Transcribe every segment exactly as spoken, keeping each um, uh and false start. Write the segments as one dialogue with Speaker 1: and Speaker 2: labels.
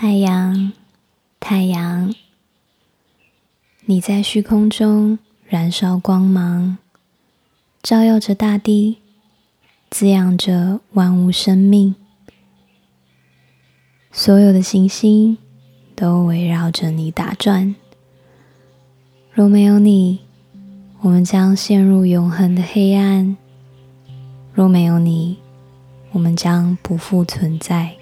Speaker 1: 太阳，太阳，你在虚空中燃烧光芒，照耀着大地，滋养着万物生命。所有的行星都围绕着你打转。若没有你，我们将陷入永恒的黑暗；若没有你，我们将不复存在。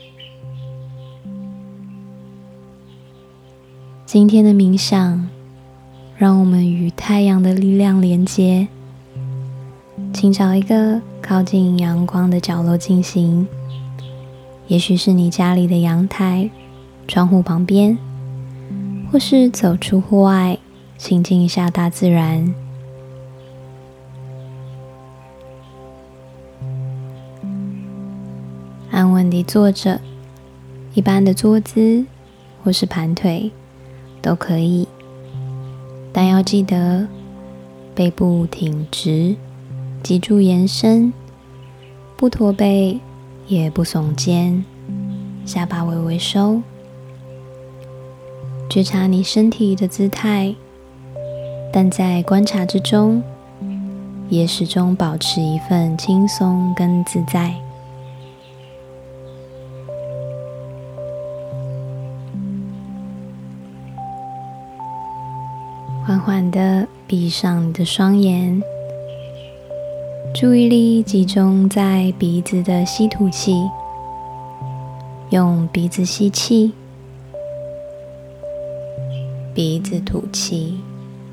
Speaker 1: 今天的冥想，让我们与太阳的力量连接。请找一个靠近阳光的角落进行，也许是你家里的阳台、窗户旁边，或是走出户外，亲近一下大自然。安稳地坐着，一般的坐姿或是盘腿都可以，但要记得背部挺直，脊柱延伸，不驼背也不耸肩，下巴微微收。觉察你身体的姿态，但在观察之中，也始终保持一份轻松跟自在。缓缓地闭上你的双眼，注意力集中在鼻子的吸吐气，用鼻子吸气，鼻子吐气。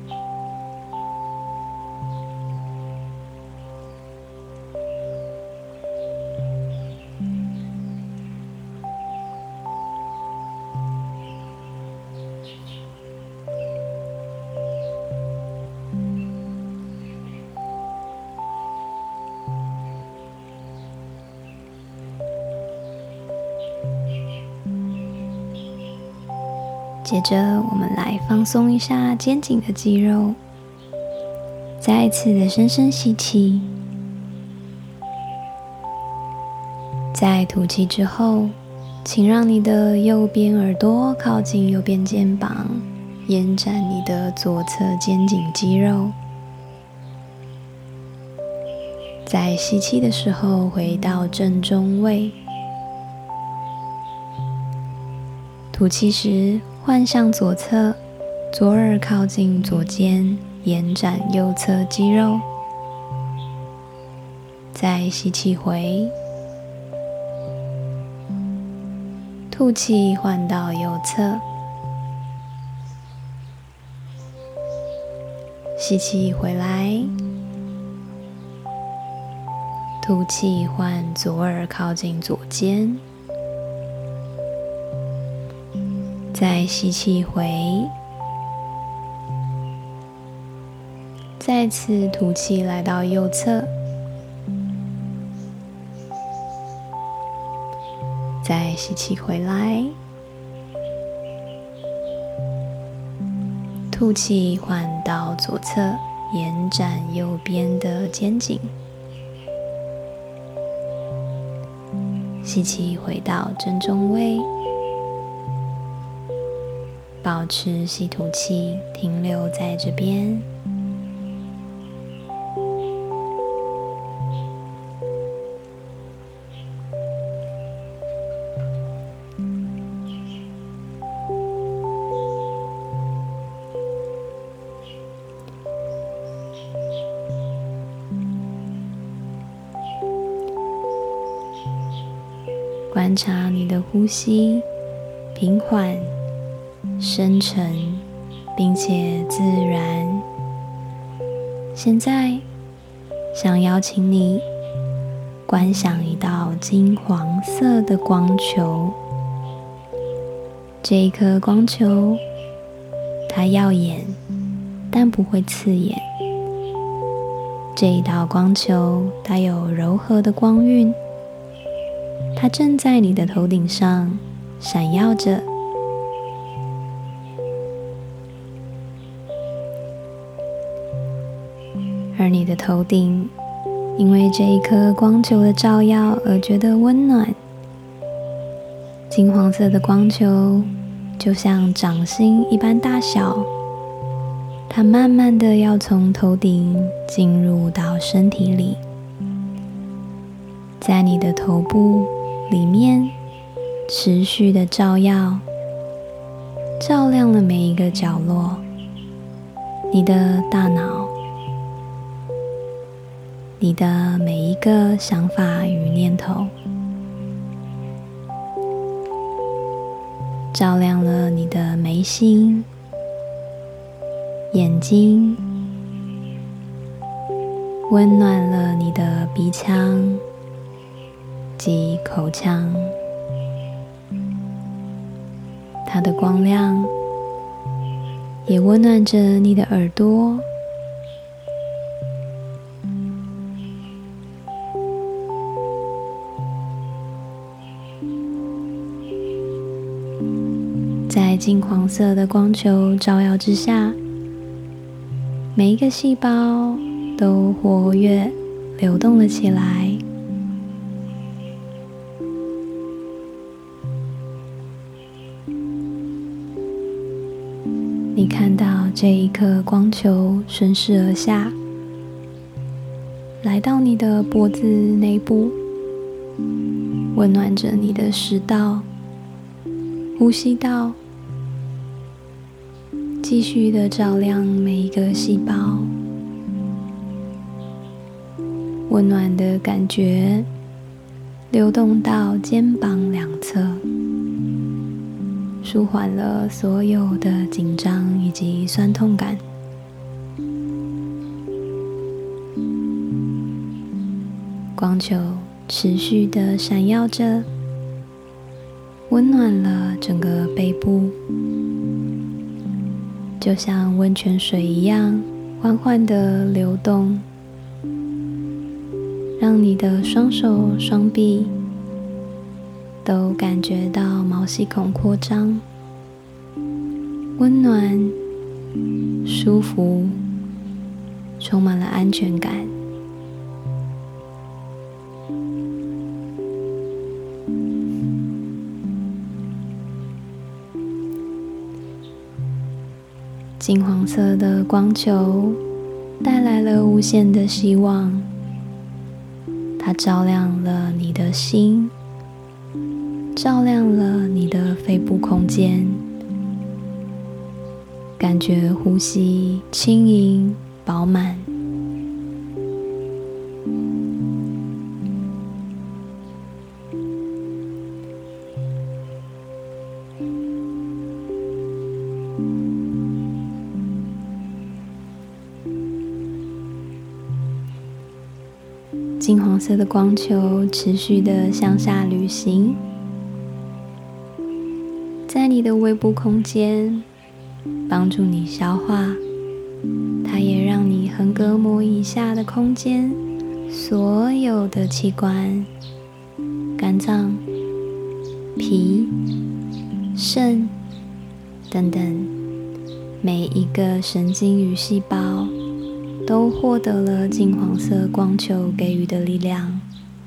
Speaker 1: 接着我们来放松一下肩颈的肌肉，再一次的深深吸气，在吐气之后，请让你的右边耳朵靠近右边肩膀，延展你的左侧肩颈肌肉。在吸气的时候回到正中位，吐气时换向左侧，左耳靠近左肩，延展右侧肌肉。再吸气回，吐气换到右侧，吸气回来，吐气换左耳靠近左肩。再吸气回，再次吐气来到右侧，再吸气回来，吐气换到左侧，延展右边的肩颈。吸气回到正中位，保持吸吐气停留在这边。观察你的呼吸，平缓深沉并且自然。现在想邀请你观想一道金黄色的光球，这一颗光球它耀眼但不会刺眼，这一道光球它有柔和的光晕，它正在你的头顶上闪耀着。而你的头顶因为这一颗光球的照耀而觉得温暖， 金黄色的光球就像掌心一般大小，它慢慢的要从头顶进入到身体里，在你的头部里面持续的照耀，照亮了每一个角落，你的大脑，你的每一个想法与念头，照亮了你的眉心、眼睛，温暖了你的鼻腔及口腔。它的光亮也温暖着你的耳朵，在金黄色的光球照耀之下，每一个细胞都活跃流动了起来。你看到这一颗光球顺势而下，来到你的脖子内部，温暖着你的食道、呼吸道，继续的照亮每一个细胞。温暖的感觉流动到肩膀两侧，舒缓了所有的紧张以及酸痛感。光球持续的闪耀着，温暖了整个背部，就像温泉水一样缓缓的流动，让你的双手双臂都感觉到毛细孔扩张，温暖、舒服，充满了安全感。金黄色的光球带来了无限的希望，它照亮了你的心，照亮了你的肺部空间，感觉呼吸轻盈饱满。金黄色的光球持续的向下旅行，在你的胃部空间帮助你消化，它也让你横膈膜以下的空间所有的器官、肝脏、脾、肾等等每一个神经与细胞都获得了金黄色光球给予的力量。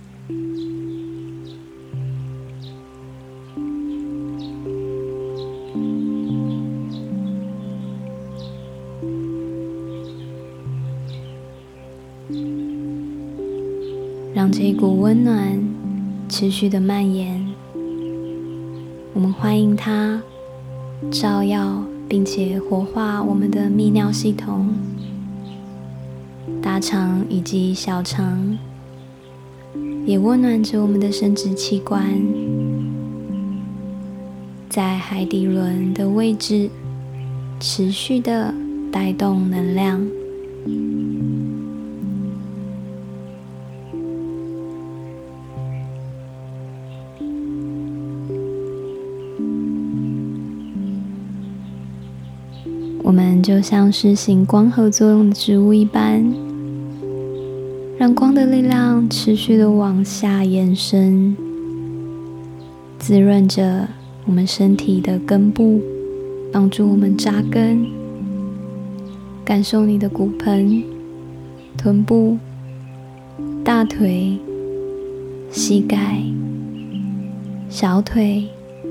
Speaker 1: 让这股温暖持续的蔓延，我们欢迎它照耀并且活化我们的泌尿系统、大肠以及小肠，也温暖着我们的生殖器官，在海底轮的位置持续的带动能量。我们就像是行光合作用的植物一般，让光的力量持续的往下延伸，滋润着我们身体的根部，帮助我们扎根。感受你的骨盆、臀部、大腿、膝盖、小腿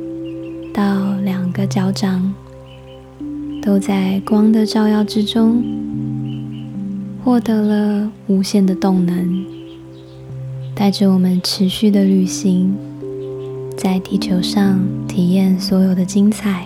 Speaker 1: 到两个脚掌，都在光的照耀之中，获得了无限的动能，带着我们持续的旅行，在地球上体验所有的精彩。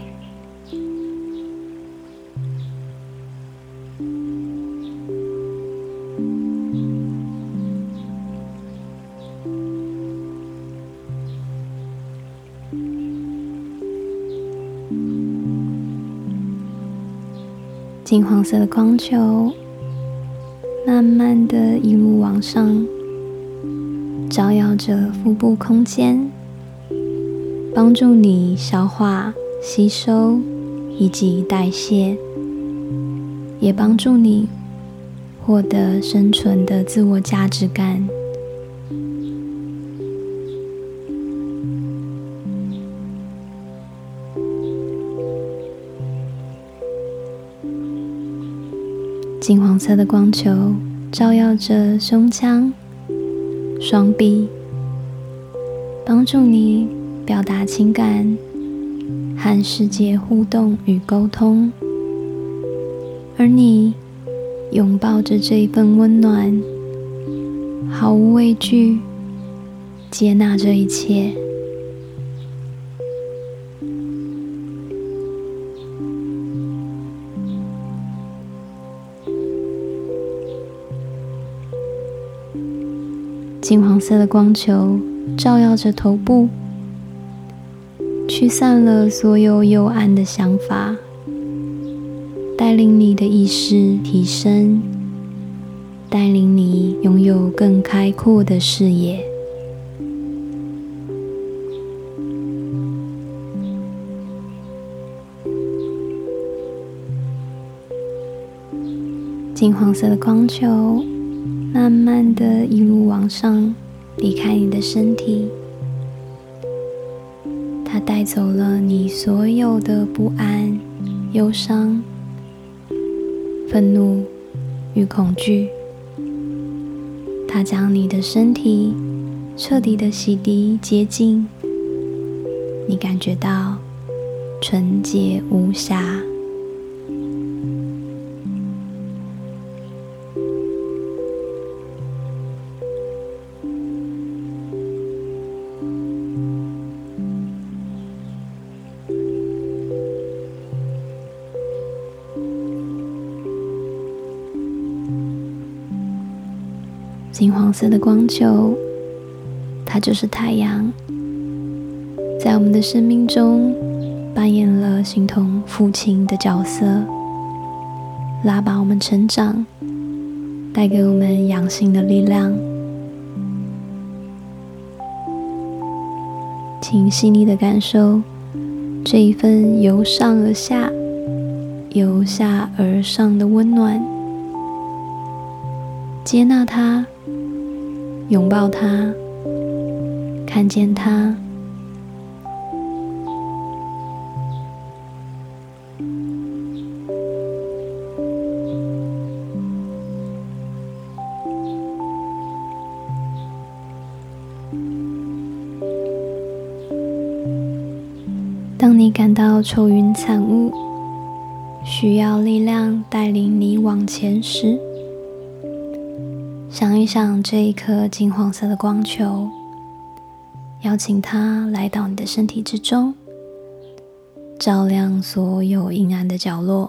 Speaker 1: 金黄色的光球慢慢的一路往上，照耀着腹部空间，帮助你消化、吸收以及代谢，也帮助你获得生存的自我价值感。金黄色的光球照耀着胸腔、双臂，帮助你表达情感，和世界互动与沟通。而你拥抱着这一份温暖，毫无畏惧，接纳这一切。金黄色的光球照耀着头部，驱散了所有幽暗的想法，带领你的意识提升，带领你拥有更开阔的视野。金黄色的光球慢慢的一路往上，离开你的身体，它带走了你所有的不安、忧伤、愤怒与恐惧。它将你的身体彻底的洗涤洁净，你感觉到纯洁无瑕。金黄色的光球，它就是太阳，在我们的生命中扮演了形同父亲的角色，拉拔我们成长，带给我们养性的力量。请细腻的感受这一份由上而下、由下而上的温暖，接纳它，拥抱它，看见它。当你感到愁云惨雾，需要力量带领你往前时，想一想这一颗金黄色的光球，邀请它来到你的身体之中，照亮所有阴暗的角落。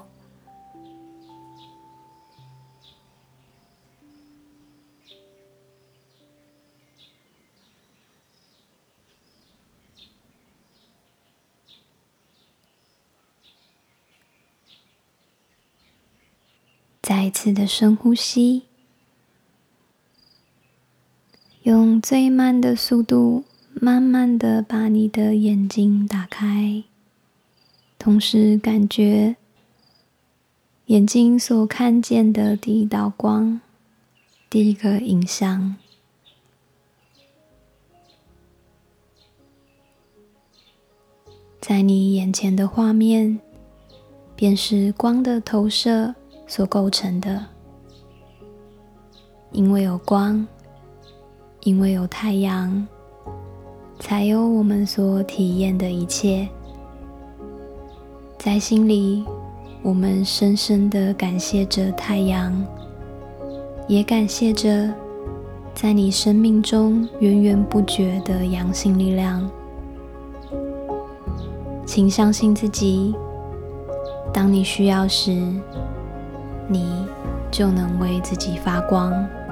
Speaker 1: 再一次的深呼吸，用最慢的速度，慢慢的把你的眼睛打开，同时感觉眼睛所看见的第一道光，第一个影像。在你眼前的画面，便是光的投射所构成的。因为有光，因为有太阳，才有我们所体验的一切。 在心里，我们深深地感谢着太阳，也感谢着在你生命中源源不绝的阳性力量。请相信自己，当你需要时，你就能为自己发光。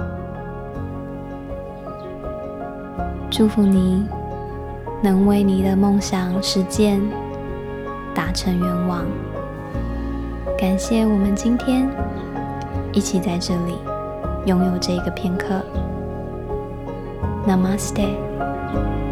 Speaker 1: 祝福你能为你的梦想实践，达成愿望。感谢我们今天一起在这里拥有这个片刻。Namaste。